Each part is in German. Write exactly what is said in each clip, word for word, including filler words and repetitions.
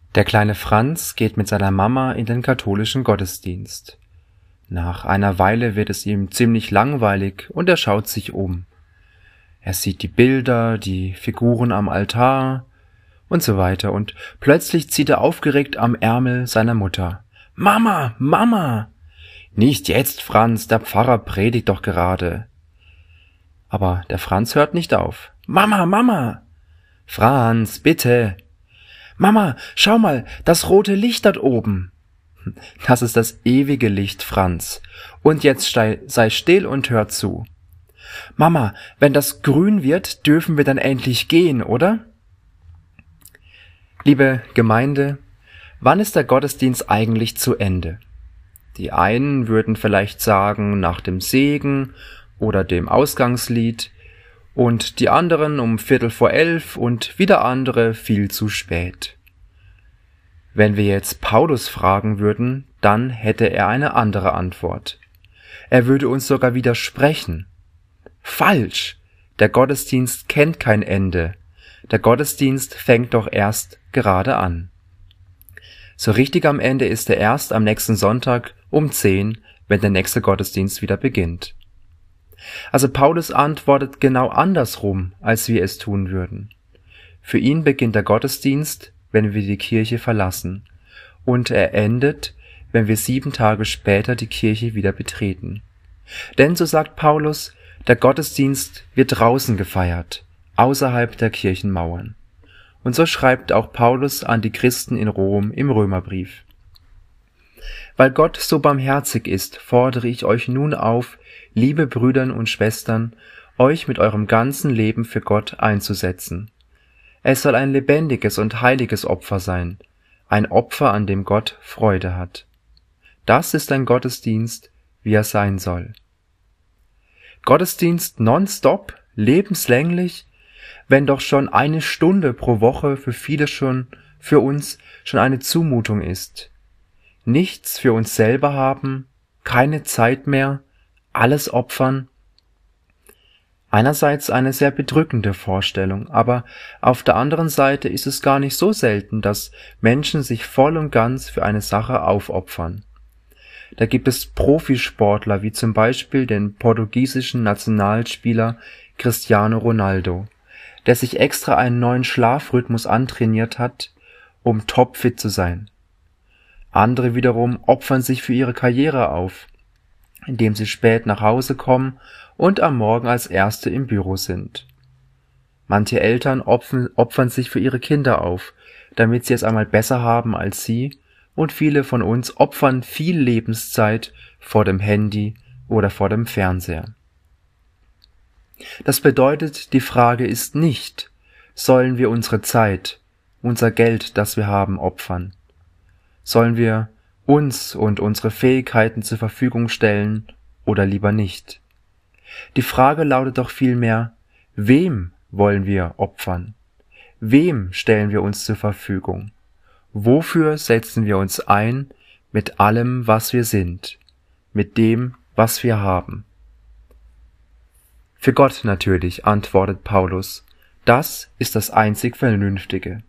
Der kleine Franz geht mit seiner Mama in den katholischen Gottesdienst. Nach einer Weile wird es ihm ziemlich langweilig und er schaut sich um. Er sieht die Bilder, die Figuren am Altar und so weiter und plötzlich zieht er aufgeregt am Ärmel seiner Mutter. »Mama, Mama!« »Nicht jetzt, Franz, der Pfarrer predigt doch gerade.« Aber der Franz hört nicht auf. »Mama, Mama!« »Franz, bitte!« »Mama, schau mal, das rote Licht dort oben.« »Das ist das ewige Licht, Franz. Und jetzt sei still und hör zu.« »Mama, wenn das grün wird, dürfen wir dann endlich gehen, oder?« Liebe Gemeinde, wann ist der Gottesdienst eigentlich zu Ende? Die einen würden vielleicht sagen, nach dem Segen oder dem Ausgangslied, und die anderen um Viertel vor elf und wieder andere viel zu spät. Wenn wir jetzt Paulus fragen würden, dann hätte er eine andere Antwort. Er würde uns sogar widersprechen. Falsch! Der Gottesdienst kennt kein Ende. Der Gottesdienst fängt doch erst gerade an. So richtig am Ende ist er erst am nächsten Sonntag um zehn, wenn der nächste Gottesdienst wieder beginnt. Also Paulus antwortet genau andersrum, als wir es tun würden. Für ihn beginnt der Gottesdienst, wenn wir die Kirche verlassen, und er endet, wenn wir sieben Tage später die Kirche wieder betreten. Denn, so sagt Paulus, der Gottesdienst wird draußen gefeiert, außerhalb der Kirchenmauern. Und so schreibt auch Paulus an die Christen in Rom im Römerbrief. Weil Gott so barmherzig ist, fordere ich euch nun auf, liebe Brüder und Schwestern, euch mit eurem ganzen Leben für Gott einzusetzen. Es soll ein lebendiges und heiliges Opfer sein, ein Opfer, an dem Gott Freude hat. Das ist ein Gottesdienst, wie er sein soll. Gottesdienst nonstop, lebenslänglich, wenn doch schon eine Stunde pro Woche für viele schon, für uns schon eine Zumutung ist. Nichts für uns selber haben, keine Zeit mehr, alles opfern. Einerseits eine sehr bedrückende Vorstellung, aber auf der anderen Seite ist es gar nicht so selten, dass Menschen sich voll und ganz für eine Sache aufopfern. Da gibt es Profisportler wie zum Beispiel den portugiesischen Nationalspieler Cristiano Ronaldo, der sich extra einen neuen Schlafrhythmus antrainiert hat, um topfit zu sein. Andere wiederum opfern sich für ihre Karriere auf, indem sie spät nach Hause kommen und am Morgen als Erste im Büro sind. Manche Eltern opfern, opfern sich für ihre Kinder auf, damit sie es einmal besser haben als sie, und viele von uns opfern viel Lebenszeit vor dem Handy oder vor dem Fernseher. Das bedeutet, die Frage ist nicht, sollen wir unsere Zeit, unser Geld, das wir haben, opfern? Sollen wir uns und unsere Fähigkeiten zur Verfügung stellen oder lieber nicht? Die Frage lautet doch vielmehr, wem wollen wir opfern? Wem stellen wir uns zur Verfügung? Wofür setzen wir uns ein mit allem, was wir sind, mit dem, was wir haben? Für Gott natürlich, antwortet Paulus, das ist das einzig Vernünftige.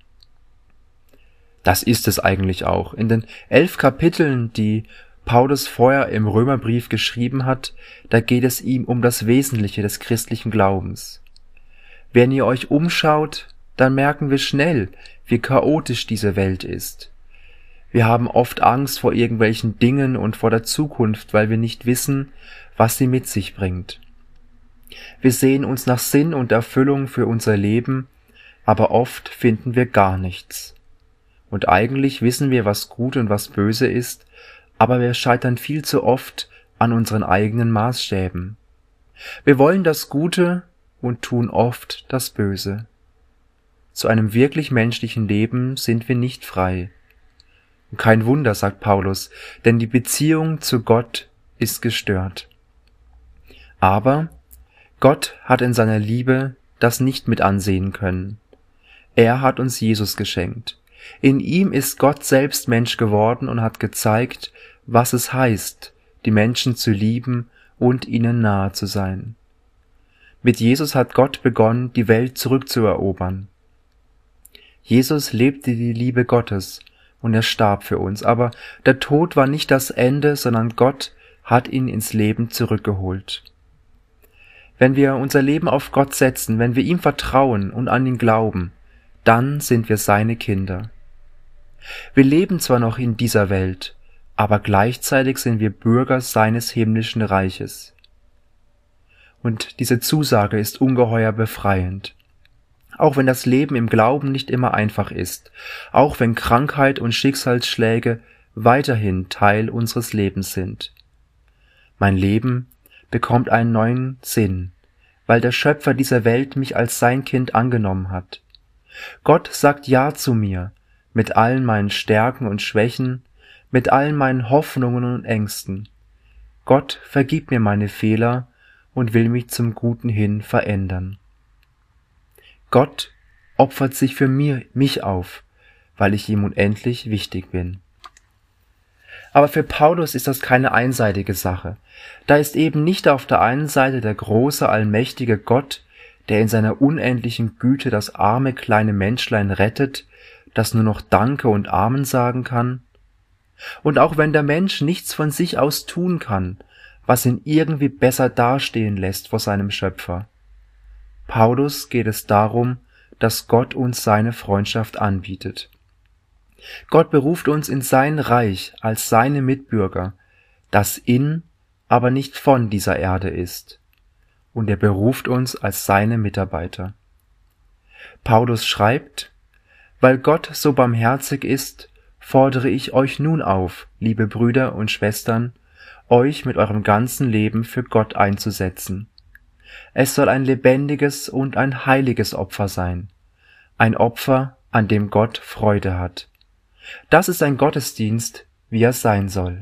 Das ist es eigentlich auch. In den elf Kapiteln, die Paulus vorher im Römerbrief geschrieben hat, da geht es ihm um das Wesentliche des christlichen Glaubens. Wenn ihr euch umschaut, dann merken wir schnell, wie chaotisch diese Welt ist. Wir haben oft Angst vor irgendwelchen Dingen und vor der Zukunft, weil wir nicht wissen, was sie mit sich bringt. Wir sehen uns nach Sinn und Erfüllung für unser Leben, aber oft finden wir gar nichts. Und eigentlich wissen wir, was gut und was böse ist, aber wir scheitern viel zu oft an unseren eigenen Maßstäben. Wir wollen das Gute und tun oft das Böse. Zu einem wirklich menschlichen Leben sind wir nicht frei. Und kein Wunder, sagt Paulus, denn die Beziehung zu Gott ist gestört. Aber Gott hat in seiner Liebe das nicht mit ansehen können. Er hat uns Jesus geschenkt. In ihm ist Gott selbst Mensch geworden und hat gezeigt, was es heißt, die Menschen zu lieben und ihnen nahe zu sein. Mit Jesus hat Gott begonnen, die Welt zurückzuerobern. Jesus lebte die Liebe Gottes und er starb für uns, aber der Tod war nicht das Ende, sondern Gott hat ihn ins Leben zurückgeholt. Wenn wir unser Leben auf Gott setzen, wenn wir ihm vertrauen und an ihn glauben, dann sind wir seine Kinder. Wir leben zwar noch in dieser Welt, aber gleichzeitig sind wir Bürger seines himmlischen Reiches. Und diese Zusage ist ungeheuer befreiend. Auch wenn das Leben im Glauben nicht immer einfach ist, auch wenn Krankheit und Schicksalsschläge weiterhin Teil unseres Lebens sind. Mein Leben bekommt einen neuen Sinn, weil der Schöpfer dieser Welt mich als sein Kind angenommen hat. Gott sagt Ja zu mir, mit allen meinen Stärken und Schwächen, mit allen meinen Hoffnungen und Ängsten. Gott vergibt mir meine Fehler und will mich zum Guten hin verändern. Gott opfert sich für mir, mich auf, weil ich ihm unendlich wichtig bin. Aber für Paulus ist das keine einseitige Sache. Da ist eben nicht auf der einen Seite der große, allmächtige Gott, der in seiner unendlichen Güte das arme kleine Menschlein rettet, das nur noch Danke und Amen sagen kann. Und auch wenn der Mensch nichts von sich aus tun kann, was ihn irgendwie besser dastehen lässt vor seinem Schöpfer. Paulus geht es darum, dass Gott uns seine Freundschaft anbietet. Gott beruft uns in sein Reich als seine Mitbürger, das in, aber nicht von dieser Erde ist. Und er beruft uns als seine Mitarbeiter. Paulus schreibt, weil Gott so barmherzig ist, fordere ich euch nun auf, liebe Brüder und Schwestern, euch mit eurem ganzen Leben für Gott einzusetzen. Es soll ein lebendiges und ein heiliges Opfer sein, ein Opfer, an dem Gott Freude hat. Das ist ein Gottesdienst, wie er sein soll.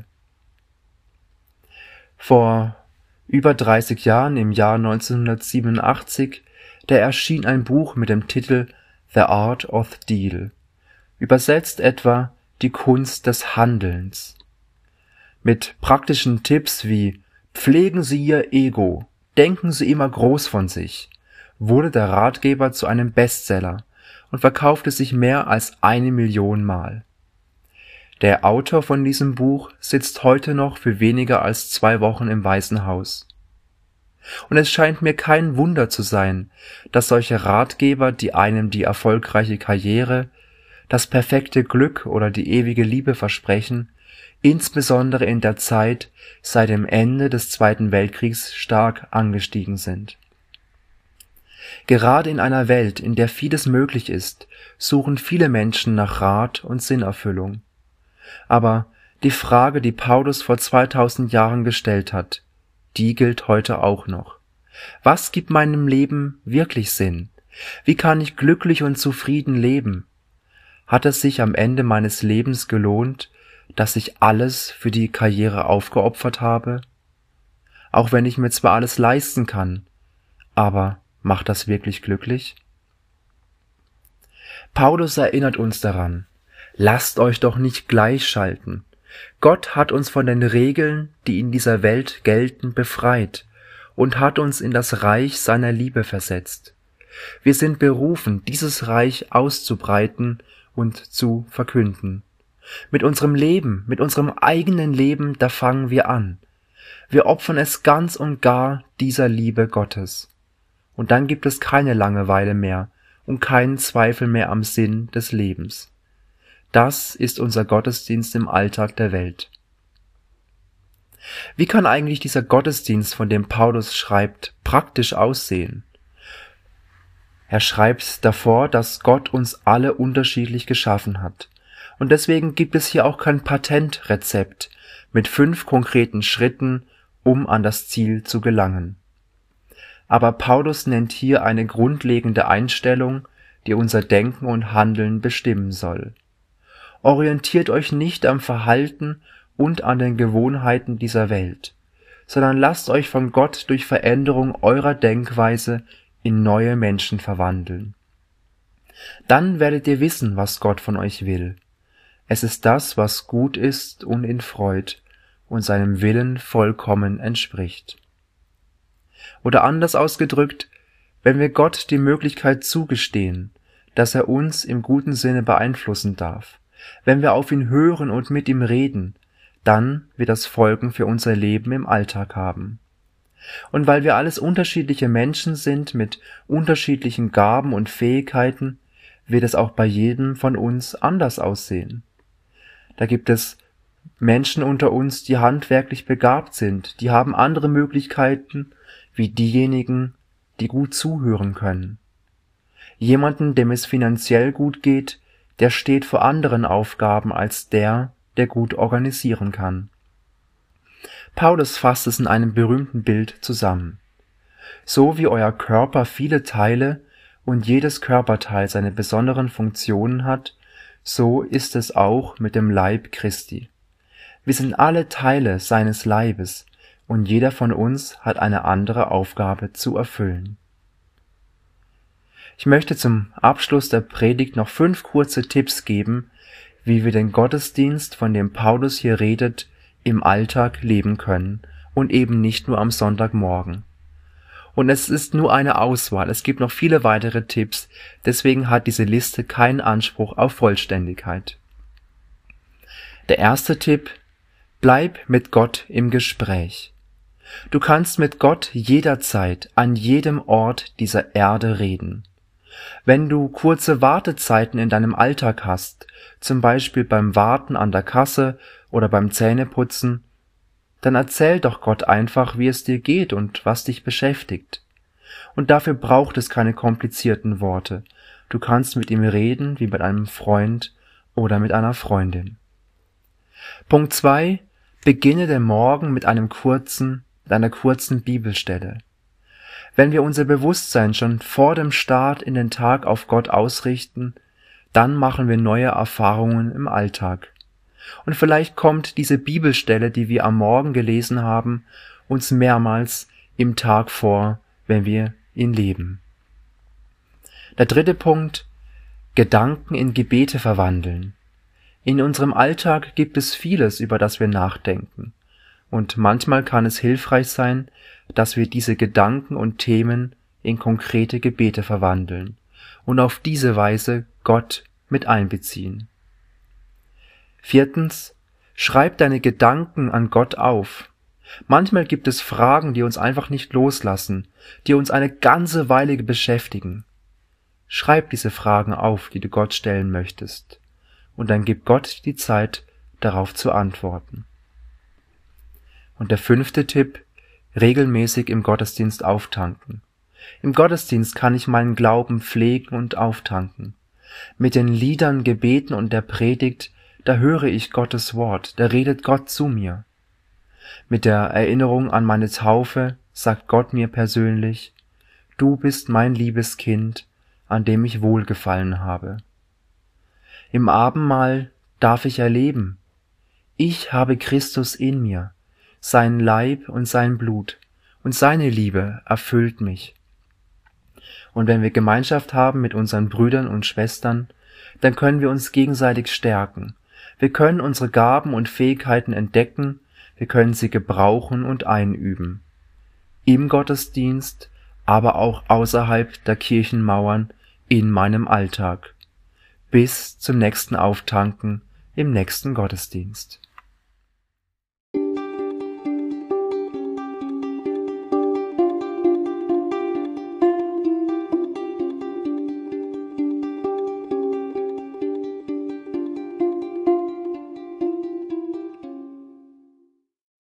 Vor über dreißig Jahren, im Jahr neunzehnhundertsiebenundachtzig, da erschien ein Buch mit dem Titel The Art of Deal, übersetzt etwa die Kunst des Handelns. Mit praktischen Tipps wie Pflegen Sie Ihr Ego, denken Sie immer groß von sich, wurde der Ratgeber zu einem Bestseller und verkaufte sich mehr als eine Million Mal. Der Autor von diesem Buch sitzt heute noch für weniger als zwei Wochen im Weißen Haus. Und es scheint mir kein Wunder zu sein, dass solche Ratgeber, die einem die erfolgreiche Karriere, das perfekte Glück oder die ewige Liebe versprechen, insbesondere in der Zeit seit dem Ende des Zweiten Weltkriegs stark angestiegen sind. Gerade in einer Welt, in der vieles möglich ist, suchen viele Menschen nach Rat und Sinnerfüllung. Aber die Frage, die Paulus vor zweitausend Jahren gestellt hat, die gilt heute auch noch. Was gibt meinem Leben wirklich Sinn? Wie kann ich glücklich und zufrieden leben? Hat es sich am Ende meines Lebens gelohnt, dass ich alles für die Karriere aufgeopfert habe? Auch wenn ich mir zwar alles leisten kann, aber macht das wirklich glücklich? Paulus erinnert uns daran, lasst euch doch nicht gleichschalten. Gott hat uns von den Regeln, die in dieser Welt gelten, befreit und hat uns in das Reich seiner Liebe versetzt. Wir sind berufen, dieses Reich auszubreiten und zu verkünden. Mit unserem Leben, mit unserem eigenen Leben, da fangen wir an. Wir opfern es ganz und gar dieser Liebe Gottes. Und dann gibt es keine Langeweile mehr und keinen Zweifel mehr am Sinn des Lebens. Das ist unser Gottesdienst im Alltag der Welt. Wie kann eigentlich dieser Gottesdienst, von dem Paulus schreibt, praktisch aussehen? Er schreibt davor, dass Gott uns alle unterschiedlich geschaffen hat. Und deswegen gibt es hier auch kein Patentrezept mit fünf konkreten Schritten, um an das Ziel zu gelangen. Aber Paulus nennt hier eine grundlegende Einstellung, die unser Denken und Handeln bestimmen soll. Orientiert euch nicht am Verhalten und an den Gewohnheiten dieser Welt, sondern lasst euch von Gott durch Veränderung eurer Denkweise in neue Menschen verwandeln. Dann werdet ihr wissen, was Gott von euch will. Es ist das, was gut ist und ihn freut und seinem Willen vollkommen entspricht. Oder anders ausgedrückt, wenn wir Gott die Möglichkeit zugestehen, dass er uns im guten Sinne beeinflussen darf. Wenn wir auf ihn hören und mit ihm reden, dann wird das Folgen für unser Leben im Alltag haben. Und weil wir alles unterschiedliche Menschen sind mit unterschiedlichen Gaben und Fähigkeiten, wird es auch bei jedem von uns anders aussehen. Da gibt es Menschen unter uns, die handwerklich begabt sind, die haben andere Möglichkeiten wie diejenigen, die gut zuhören können. Jemanden, dem es finanziell gut geht, der steht vor anderen Aufgaben als der, der gut organisieren kann. Paulus fasst es in einem berühmten Bild zusammen. So wie euer Körper viele Teile und jedes Körperteil seine besonderen Funktionen hat, so ist es auch mit dem Leib Christi. Wir sind alle Teile seines Leibes und jeder von uns hat eine andere Aufgabe zu erfüllen. Ich möchte zum Abschluss der Predigt noch fünf kurze Tipps geben, wie wir den Gottesdienst, von dem Paulus hier redet, im Alltag leben können und eben nicht nur am Sonntagmorgen. Und es ist nur eine Auswahl, es gibt noch viele weitere Tipps, deswegen hat diese Liste keinen Anspruch auf Vollständigkeit. Der erste Tipp: Bleib mit Gott im Gespräch. Du kannst mit Gott jederzeit, an jedem Ort dieser Erde reden. Wenn du kurze Wartezeiten in deinem Alltag hast, zum Beispiel beim Warten an der Kasse oder beim Zähneputzen, dann erzähl doch Gott einfach, wie es dir geht und was dich beschäftigt. Und dafür braucht es keine komplizierten Worte. Du kannst mit ihm reden wie mit einem Freund oder mit einer Freundin. Punkt zwei: Beginne den Morgen mit einem kurzen, mit einer kurzen Bibelstelle. Wenn wir unser Bewusstsein schon vor dem Start in den Tag auf Gott ausrichten, dann machen wir neue Erfahrungen im Alltag. Und vielleicht kommt diese Bibelstelle, die wir am Morgen gelesen haben, uns mehrmals im Tag vor, wenn wir ihn leben. Der dritte Punkt: Gedanken in Gebete verwandeln. In unserem Alltag gibt es vieles, über das wir nachdenken. Und manchmal kann es hilfreich sein, dass wir diese Gedanken und Themen in konkrete Gebete verwandeln und auf diese Weise Gott mit einbeziehen. Viertens: Schreib deine Gedanken an Gott auf. Manchmal gibt es Fragen, die uns einfach nicht loslassen, die uns eine ganze Weile beschäftigen. Schreib diese Fragen auf, die du Gott stellen möchtest, und dann gib Gott die Zeit, darauf zu antworten. Und der fünfte Tipp: Regelmäßig im Gottesdienst auftanken. Im Gottesdienst kann ich meinen Glauben pflegen und auftanken. Mit den Liedern, Gebeten und der Predigt, da höre ich Gottes Wort, da redet Gott zu mir. Mit der Erinnerung an meine Taufe sagt Gott mir persönlich: Du bist mein liebes Kind, an dem ich wohlgefallen habe. Im Abendmahl darf ich erleben: Ich habe Christus in mir, sein Leib und sein Blut, und seine Liebe erfüllt mich. Und wenn wir Gemeinschaft haben mit unseren Brüdern und Schwestern, dann können wir uns gegenseitig stärken. Wir können unsere Gaben und Fähigkeiten entdecken, wir können sie gebrauchen und einüben. Im Gottesdienst, aber auch außerhalb der Kirchenmauern in meinem Alltag. Bis zum nächsten Auftanken im nächsten Gottesdienst.